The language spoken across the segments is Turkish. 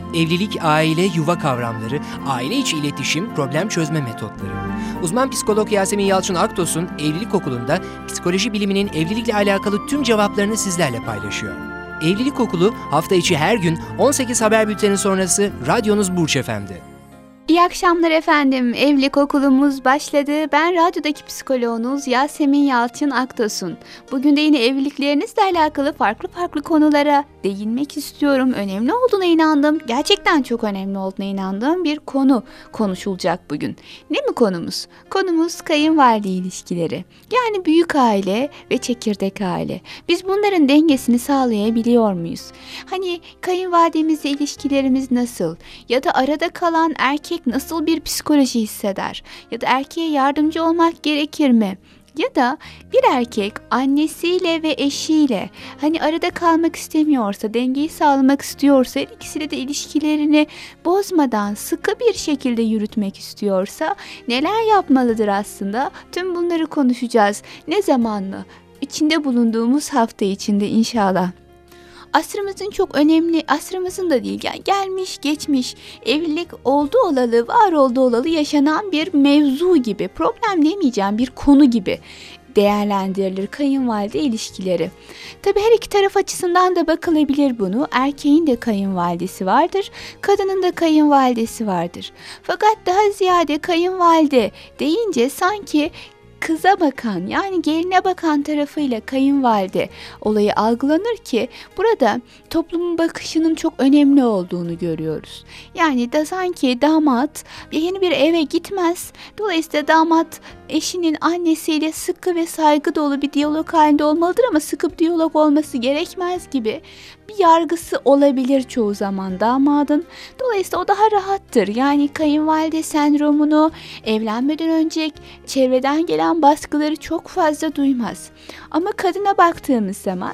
Evlilik, aile, yuva kavramları, aile içi iletişim, problem çözme metotları. Uzman psikolog Yasemin Yalçın Aktos'un Evlilik Okulu'nda psikoloji biliminin evlilikle alakalı tüm cevaplarını sizlerle paylaşıyor. Evlilik Okulu hafta içi her gün 18 haber bülteni sonrası radyonuz Burç FM'de. İyi akşamlar efendim. Evlilik okulumuz başladı. Ben radyodaki psikoloğunuz Yasemin Yalçın Aktos'un. Bugün de yine evliliklerinizle alakalı farklı konulara değinmek istiyorum. Önemli olduğuna inandığım, gerçekten çok önemli olduğuna inandığım bir konu konuşulacak bugün. Ne mi konumuz? Konumuz kayınvalide ilişkileri. Yani büyük aile ve çekirdek aile. Biz bunların dengesini sağlayabiliyor muyuz? Hani kayınvalidemizle ilişkilerimiz nasıl? Ya da arada kalan erkek nasıl bir psikoloji hisseder? Ya da erkeğe yardımcı olmak gerekir mi? Ya da bir erkek annesiyle ve eşiyle hani arada kalmak istemiyorsa, dengeyi sağlamak istiyorsa, ikisiyle de ilişkilerini bozmadan sıkı bir şekilde yürütmek istiyorsa neler yapmalıdır aslında? Tüm bunları konuşacağız. Ne zamanla? İçinde bulunduğumuz hafta içinde inşallah. Asrımızın çok önemli, asrımızın da değil, yani gelmiş geçmiş evlilik oldu olalı, var oldu olalı yaşanan bir mevzu gibi, problem demeyeceğim, bir konu gibi değerlendirilir kayınvalide ilişkileri. Tabii her iki taraf açısından da bakılabilir bunu. Erkeğin de kayınvalidesi vardır, kadının da kayınvalidesi vardır. Fakat daha ziyade kayınvalide deyince sanki kıza bakan, yani geline bakan tarafıyla kayınvalide olayı algılanır ki burada toplumun bakışının çok önemli olduğunu görüyoruz. Yani da sanki damat yeni bir eve gitmez. Dolayısıyla damat eşinin annesiyle sıkı ve saygı dolu bir diyalog halinde olmalıdır ama sıkı bir diyalog olması gerekmez gibi bir yargısı olabilir çoğu zaman damadın. Dolayısıyla o daha rahattır. Yani kayınvalide sendromunu evlenmeden önce çevreden gelen baskıları çok fazla duymaz. Ama kadına baktığımız zaman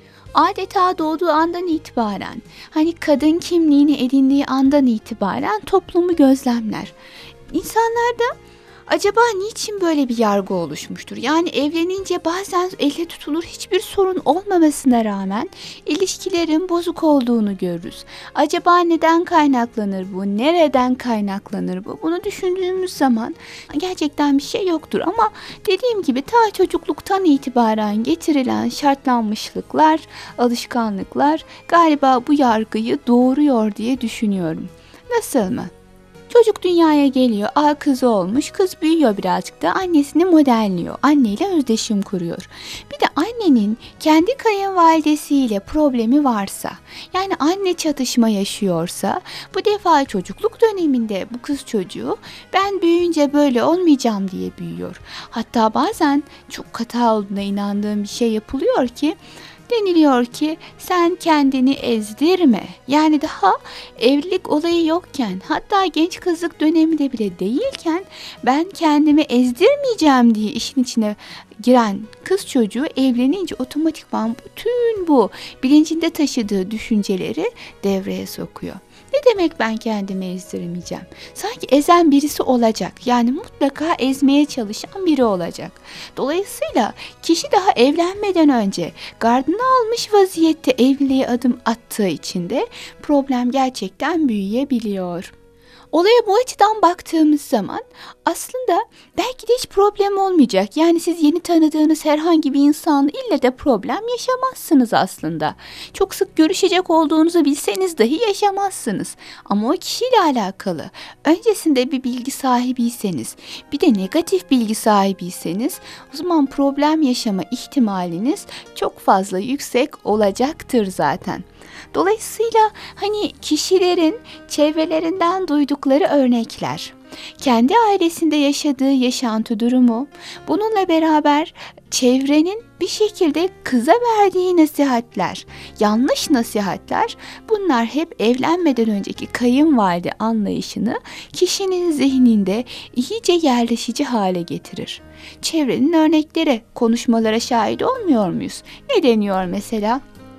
adeta doğduğu andan itibaren, hani kadın kimliğini edindiği andan itibaren toplumu gözlemler. İnsanlarda acaba niçin böyle bir yargı oluşmuştur? Yani evlenince bazen elle tutulur hiçbir sorun olmamasına rağmen ilişkilerin bozuk olduğunu görürüz. Acaba neden kaynaklanır bu? Nereden kaynaklanır bu? Bunu düşündüğümüz zaman gerçekten bir şey yoktur. Ama dediğim gibi ta çocukluktan itibaren getirilen şartlanmışlıklar, alışkanlıklar galiba bu yargıyı doğuruyor diye düşünüyorum. Nasıl mı? Çocuk dünyaya geliyor, kızı olmuş, kız büyüyor birazcık da annesini modelliyor, anneyle özdeşim kuruyor. Bir de annenin kendi kayınvalidesiyle problemi varsa, yani anne çatışma yaşıyorsa, bu defa çocukluk döneminde bu kız çocuğu ben büyüyünce böyle olmayacağım diye büyüyor. Hatta bazen çok hata olduğuna inandığım bir şey yapılıyor ki, deniliyor ki sen kendini ezdirme. Yani daha evlilik olayı yokken, hatta genç kızlık döneminde bile değilken ben kendimi ezdirmeyeceğim diye işin içine giren kız çocuğu evlenince otomatikman bütün bu bilincinde taşıdığı düşünceleri devreye sokuyor. Ne demek ben kendimi ezdirmeyeceğim? Sanki ezen birisi olacak. Yani mutlaka ezmeye çalışan biri olacak. Dolayısıyla kişi daha evlenmeden önce gardını almış vaziyette evliliğe adım attığı için de problem gerçekten büyüyebiliyor. Olaya bu açıdan baktığımız zaman aslında belki de hiç problem olmayacak. Yani siz yeni tanıdığınız herhangi bir insanla ille de problem yaşamazsınız aslında. Çok sık görüşecek olduğunuzu bilseniz dahi yaşamazsınız. Ama o kişiyle alakalı öncesinde bir bilgi sahibiyseniz, bir de negatif bilgi sahibiyseniz o zaman problem yaşama ihtimaliniz çok fazla yüksek olacaktır zaten. Dolayısıyla hani kişilerin çevrelerinden duydukları örnekler, kendi ailesinde yaşadığı yaşantı durumu, bununla beraber çevrenin bir şekilde kıza verdiği nasihatler, yanlış nasihatler, bunlar hep evlenmeden önceki kayınvalide anlayışını kişinin zihninde iyice yerleşici hale getirir. Çevrenin örnekleri, konuşmalara şahit olmuyor muyuz? Ne deniyor mesela?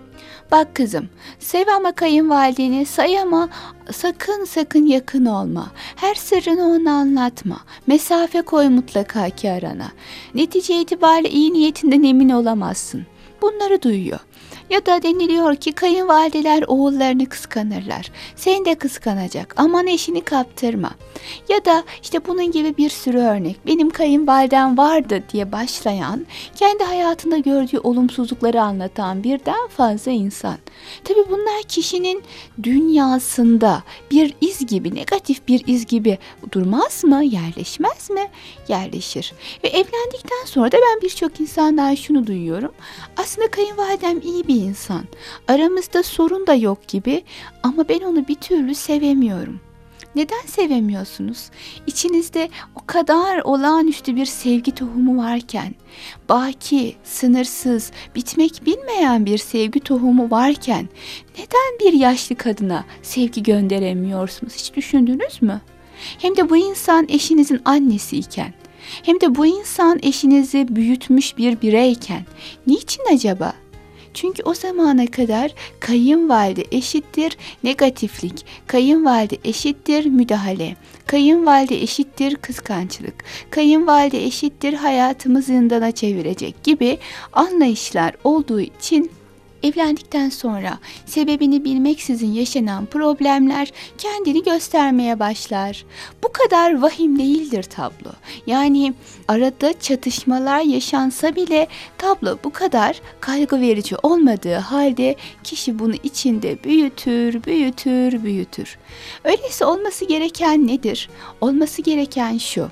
Bak kızım, sev ama kayınvalideni, say ama sakın yakın olma. Her sırrını ona anlatma. Mesafe koy mutlaka ki arana. Netice itibariyle iyi niyetinden emin olamazsın. Bunları duyuyor. Ya da deniliyor ki kayınvalideler oğullarını kıskanırlar. Seni de kıskanacak. Aman eşini kaptırma. Ya da işte bunun gibi bir sürü örnek. Benim kayınvalidem vardı diye başlayan, kendi hayatında gördüğü olumsuzlukları anlatan birden fazla insan. Tabii bunlar kişinin dünyasında bir iz gibi, negatif bir iz gibi durmaz mı? Yerleşmez mi? Yerleşir. Ve evlendikten sonra da ben birçok insandan şunu duyuyorum. Aslında kayınvalidem iyi bir insan. Aramızda sorun da yok gibi ama ben onu bir türlü sevemiyorum. Neden sevemiyorsunuz? İçinizde o kadar olağanüstü bir sevgi tohumu varken, baki, sınırsız, bitmek bilmeyen bir sevgi tohumu varken, neden bir yaşlı kadına sevgi gönderemiyorsunuz? Hiç düşündünüz mü? Hem de bu insan eşinizin annesiyken, hem de bu insan eşinizi büyütmüş bir bireyken, niçin acaba? Çünkü o zamana kadar kayınvalide eşittir negatiflik, kayınvalide eşittir müdahale, kayınvalide eşittir kıskançlık, kayınvalide eşittir hayatımı zindana çevirecek gibi anlayışlar olduğu için evlendikten sonra sebebini bilmeksizin yaşanan problemler kendini göstermeye başlar. Bu kadar vahim değildir tablo. Yani arada çatışmalar yaşansa bile tablo bu kadar kaygı verici olmadığı halde kişi bunu içinde büyütür. Öyleyse olması gereken nedir? Olması gereken şu: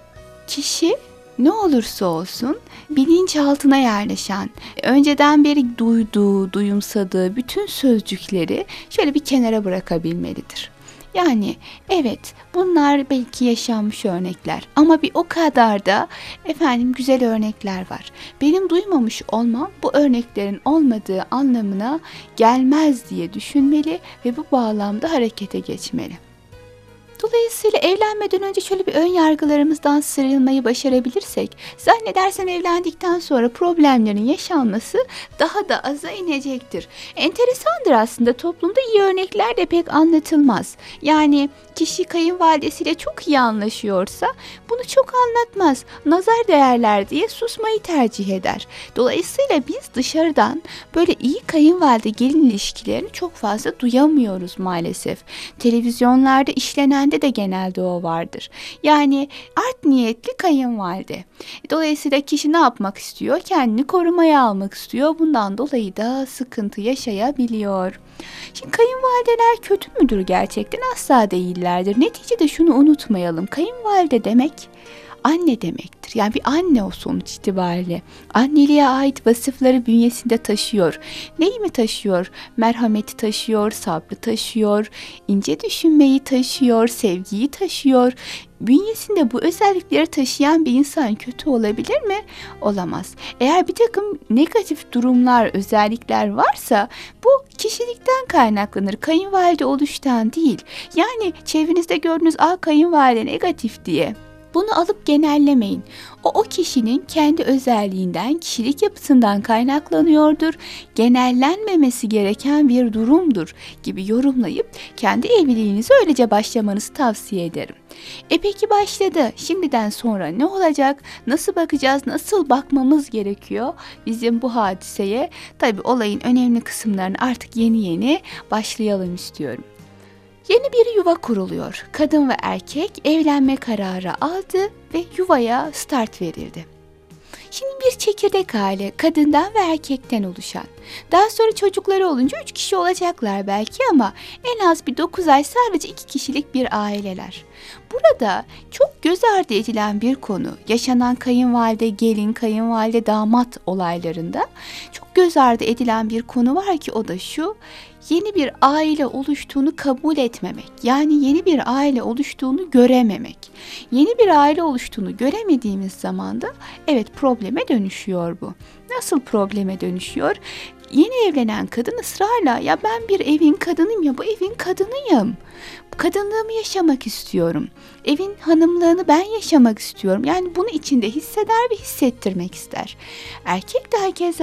kişi ne olursa olsun bilinçaltına yerleşen, önceden beri duyduğu, duyumsadığı bütün sözcükleri şöyle bir kenara bırakabilmelidir. Yani evet, bunlar belki yaşanmış örnekler ama bir o kadar da güzel örnekler var. Benim duymamış olmam bu örneklerin olmadığı anlamına gelmez diye düşünmeli ve bu bağlamda harekete geçmeli. Dolayısıyla evlenmeden önce şöyle bir ön yargılarımızdan sıyrılmayı başarabilirsek, zannedersem evlendikten sonra problemlerin yaşanması daha da aza inecektir. Enteresandır aslında, toplumda iyi örnekler de pek anlatılmaz. Yani kişi kayınvalidesiyle çok iyi anlaşıyorsa bunu çok anlatmaz, nazar değerler diye susmayı tercih eder. Dolayısıyla biz dışarıdan böyle iyi kayınvalide gelin ilişkilerini çok fazla duyamıyoruz maalesef. Televizyonlarda işlenen de genelde o vardır. Yani art niyetli kayınvalide. Dolayısıyla kişi ne yapmak istiyor? Kendini korumaya almak istiyor. Bundan dolayı da sıkıntı yaşayabiliyor. Şimdi kayınvalideler kötü müdür gerçekten? Asla değillerdir. Neticede şunu unutmayalım. Kayınvalide demek anne demektir. Yani bir anne o sonuç itibariyle. Anneliğe ait vasıfları bünyesinde taşıyor. Neyi mi taşıyor? Merhameti taşıyor, sabrı taşıyor, ince düşünmeyi taşıyor, sevgiyi taşıyor. Bünyesinde bu özellikleri taşıyan bir insan kötü olabilir mi? Olamaz. Eğer bir takım negatif durumlar, özellikler varsa bu kişilikten kaynaklanır. Kayınvalide oluştan değil. Yani çevrenizde gördüğünüz kayınvalide negatif diye bunu alıp genellemeyin. O kişinin kendi özelliğinden, kişilik yapısından kaynaklanıyordur. Genellenmemesi gereken bir durumdur gibi yorumlayıp kendi evliliğinize öylece başlamanızı tavsiye ederim. Peki başladı. Şimdiden sonra ne olacak? Nasıl bakacağız? Nasıl bakmamız gerekiyor bizim bu hadiseye? Tabii olayın önemli kısımlarını artık yeni başlayalım istiyorum. Yeni bir yuva kuruluyor. Kadın ve erkek evlenme kararı aldı ve yuvaya start verildi. Şimdi bir çekirdek aile, kadından ve erkekten oluşan. Daha sonra çocukları olunca 3 kişi olacaklar belki ama en az bir 9 ay sadece 2 kişilik bir aileler. Burada çok göz ardı edilen bir konu, yaşanan kayınvalide gelin, kayınvalide damat olaylarında çok göz ardı edilen bir konu var ki o da şu: yeni bir aile oluştuğunu kabul etmemek. Yani yeni bir aile oluştuğunu görememek. Yeni bir aile oluştuğunu göremediğimiz zaman da evet probleme dönüşüyor bu. Nasıl probleme dönüşüyor? Yeni evlenen kadın ısrarla ya ben bir evin kadınıyım, ya bu evin kadınıyım. Kadınlığımı yaşamak istiyorum. Evin hanımlığını ben yaşamak istiyorum. Yani bunu içinde hisseder ve hissettirmek ister. Erkek de keza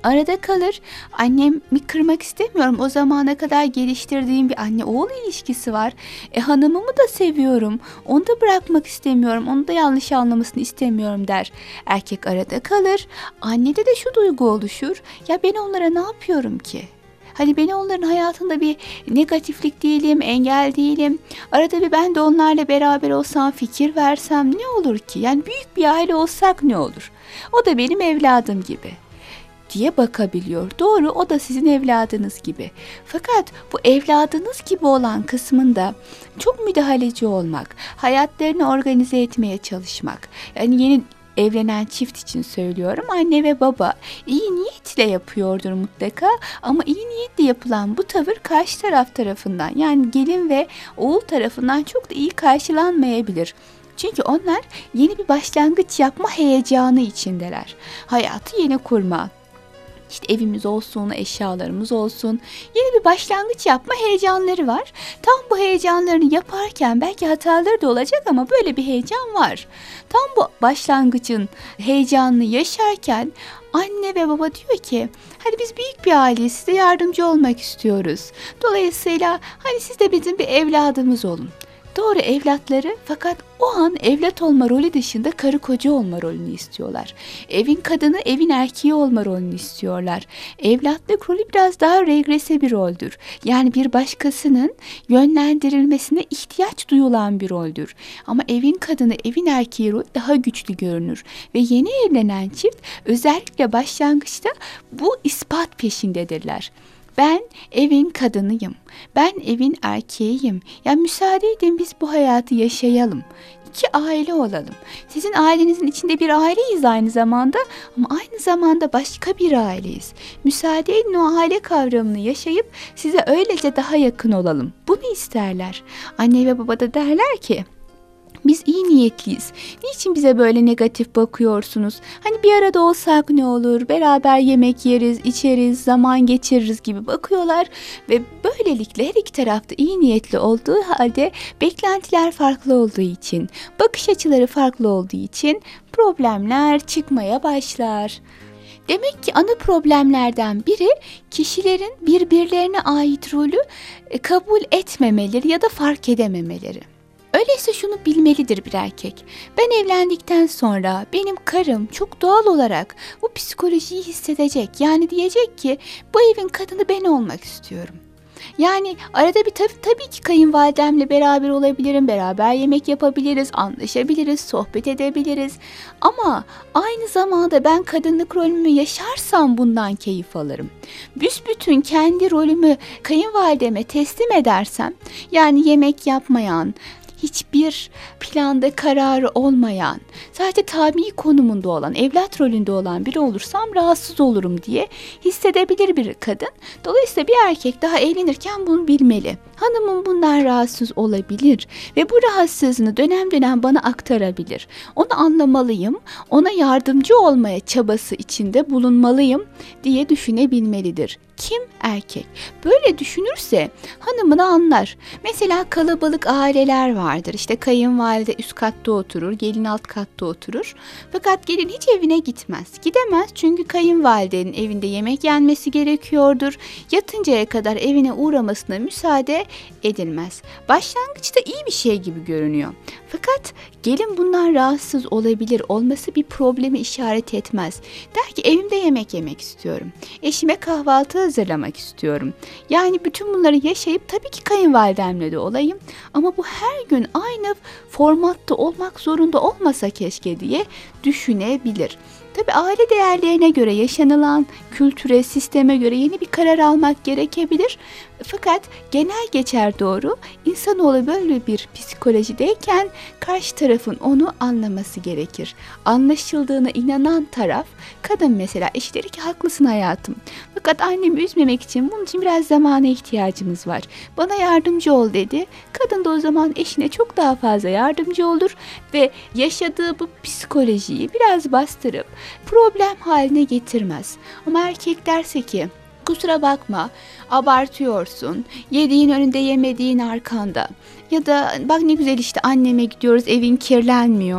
Arada kalır. Annemi kırmak istemiyorum. O zamana kadar geliştirdiğim bir anne oğul ilişkisi var. Hanımımı da seviyorum. Onu da bırakmak istemiyorum. Onu da yanlış anlamasını istemiyorum der. Erkek arada kalır. Annede de şu duygu oluşur. Ya ben onlara ne yapıyorum ki? Hani ben onların hayatında bir negatiflik değilim, engel değilim. Arada bir ben de onlarla beraber olsam, fikir versem ne olur ki? Yani büyük bir aile olsak ne olur? O da benim evladım gibi diye bakabiliyor. Doğru, o da sizin evladınız gibi. Fakat bu evladınız gibi olan kısmında çok müdahaleci olmak, hayatlarını organize etmeye çalışmak. Yani yeni evlenen çift için söylüyorum. Anne ve baba iyi niyetle yapıyordur mutlaka ama iyi niyetle yapılan bu tavır karşı taraf tarafından, yani gelin ve oğul tarafından çok da iyi karşılanmayabilir. Çünkü onlar yeni bir başlangıç yapma heyecanı içindeler. Hayatı yeni kurma, İşte evimiz olsun, eşyalarımız olsun. Yeni bir başlangıç yapma heyecanları var. Tam bu heyecanlarını yaparken belki hataları da olacak ama böyle bir heyecan var. Tam bu başlangıcın heyecanını yaşarken anne ve baba diyor ki hadi biz büyük bir aileyiz, size yardımcı olmak istiyoruz. Dolayısıyla hani siz de bizim bir evladımız olun. Doğru, evlatları, fakat o an evlat olma rolü dışında karı koca olma rolünü istiyorlar. Evin kadını, evin erkeği olma rolünü istiyorlar. Evlatlık rolü biraz daha regrese bir roldür. Yani bir başkasının yönlendirilmesine ihtiyaç duyulan bir roldür. Ama evin kadını, evin erkeği rolü daha güçlü görünür. Ve yeni evlenen çift özellikle başlangıçta bu ispat peşindedirler. Ben evin kadınıyım. Ben evin erkeğiyim. Ya müsaade edin biz bu hayatı yaşayalım. İki aile olalım. Sizin ailenizin içinde bir aileyiz aynı zamanda ama aynı zamanda başka bir aileyiz. Müsaade edin o aile kavramını yaşayıp size öylece daha yakın olalım. Bunu isterler. Anne ve baba da derler ki biz iyi niyetliyiz. Niçin bize böyle negatif bakıyorsunuz? Hani bir arada olsak ne olur? Beraber yemek yeriz, içeriz, zaman geçiririz gibi bakıyorlar. Ve böylelikle her iki tarafta iyi niyetli olduğu halde beklentiler farklı olduğu için, bakış açıları farklı olduğu için problemler çıkmaya başlar. Demek ki ana problemlerden biri kişilerin birbirlerine ait rolü kabul etmemeleri ya da fark edememeleri. Öyleyse şunu bilmelidir bir erkek. Ben evlendikten sonra benim karım çok doğal olarak bu psikolojiyi hissedecek. Yani diyecek ki bu evin kadını ben olmak istiyorum. Yani arada bir tabii ki kayınvalidemle beraber olabilirim, beraber yemek yapabiliriz, anlaşabiliriz, sohbet edebiliriz. Ama aynı zamanda ben kadınlık rolümü yaşarsam bundan keyif alırım. Büsbütün kendi rolümü kayınvalideme teslim edersem, yani yemek yapmayan, hiçbir planda kararı olmayan, sadece tabi konumunda olan, evlat rolünde olan biri olursam rahatsız olurum diye hissedebilir bir kadın. Dolayısıyla bir erkek daha evlenirken bunu bilmeli. Hanımım bundan rahatsız olabilir ve bu rahatsızlığını dönem dönem bana aktarabilir. Onu anlamalıyım, ona yardımcı olmaya çabası içinde bulunmalıyım diye düşünebilmelidir. Kim? Erkek. Böyle düşünürse hanımını anlar. Mesela kalabalık aileler vardır. İşte kayınvalide üst katta oturur, gelin alt katta oturur. Fakat gelin hiç evine gitmez. Gidemez çünkü kayınvalidenin evinde yemek yenmesi gerekiyordur. Yatıncaya kadar evine uğramasına müsaade edilmez. Başlangıçta iyi bir şey gibi görünüyor. Fakat gelin bundan rahatsız olabilir. Olması bir problemi işaret etmez. Der ki evimde yemek yemek istiyorum. Eşime kahvaltı hazırlamak istiyorum. Yani bütün bunları yaşayıp tabii ki kayınvalidemle de olayım. Ama bu her gün aynı formatta olmak zorunda olmasa keşke diye düşünebilir. Tabii aile değerlerine göre, yaşanılan kültüre, sisteme göre yeni bir karar almak gerekebilir. Fakat genel geçer doğru, insanoğlu böyle bir psikolojideyken karşı tarafın onu anlaması gerekir. Anlaşıldığına inanan taraf, kadın mesela eşi der ki haklısın hayatım. Fakat annemi üzmemek için bunun için biraz zamana ihtiyacımız var. Bana yardımcı ol dedi. Kadın da o zaman eşine çok daha fazla yardımcı olur ve yaşadığı bu psikolojiyi biraz bastırıp problem haline getirmez. Ama erkek derse ki kusura bakma, abartıyorsun, yediğin önünde yemediğin arkanda ya da bak ne güzel işte anneme gidiyoruz evin kirlenmiyor.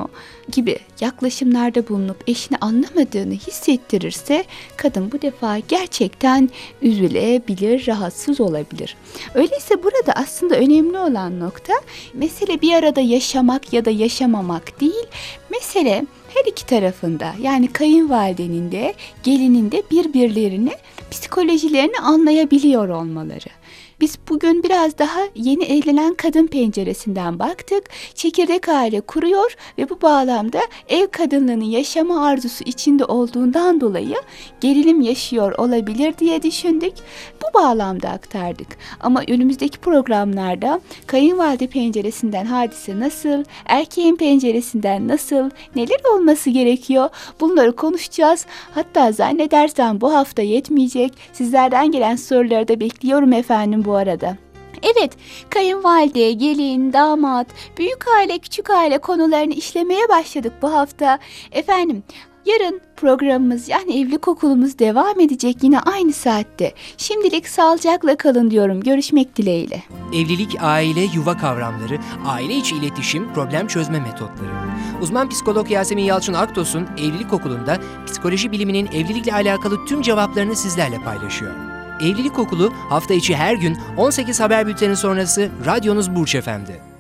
gibi yaklaşımlarda bulunup eşini anlamadığını hissettirirse kadın bu defa gerçekten üzülebilir, rahatsız olabilir. Öyleyse burada aslında önemli olan nokta mesele bir arada yaşamak ya da yaşamamak değil. Mesele her iki tarafında, yani kayınvalidenin de gelinin de birbirlerini, psikolojilerini anlayabiliyor olmaları. Biz bugün biraz daha yeni evlenen kadın penceresinden baktık. Çekirdek aile kuruyor ve bu bağlamda ev kadınlığının yaşama arzusu içinde olduğundan dolayı gerilim yaşıyor olabilir diye düşündük. Bu bağlamda aktardık. Ama önümüzdeki programlarda kayınvalide penceresinden hadise nasıl, erkeğin penceresinden nasıl, neler olması gerekiyor, bunları konuşacağız. Hatta zannedersem bu hafta yetmeyecek. Sizlerden gelen soruları da bekliyorum efendim bu arada. Evet, kayınvalide, gelin, damat, büyük aile, küçük aile konularını işlemeye başladık bu hafta. Efendim, yarın programımız, yani evlilik okulumuz devam edecek yine aynı saatte. Şimdilik sağlıcakla kalın diyorum. Görüşmek dileğiyle. Evlilik, aile, yuva kavramları, aile içi iletişim, problem çözme metotları. Uzman psikolog Yasemin Yalçın Aktos'un Evlilik Okulu'nda psikoloji biliminin evlilikle alakalı tüm cevaplarını sizlerle paylaşıyor. Evlilik Okulu hafta içi her gün 18 haber bülteni sonrası radyonuz Burç FM'de.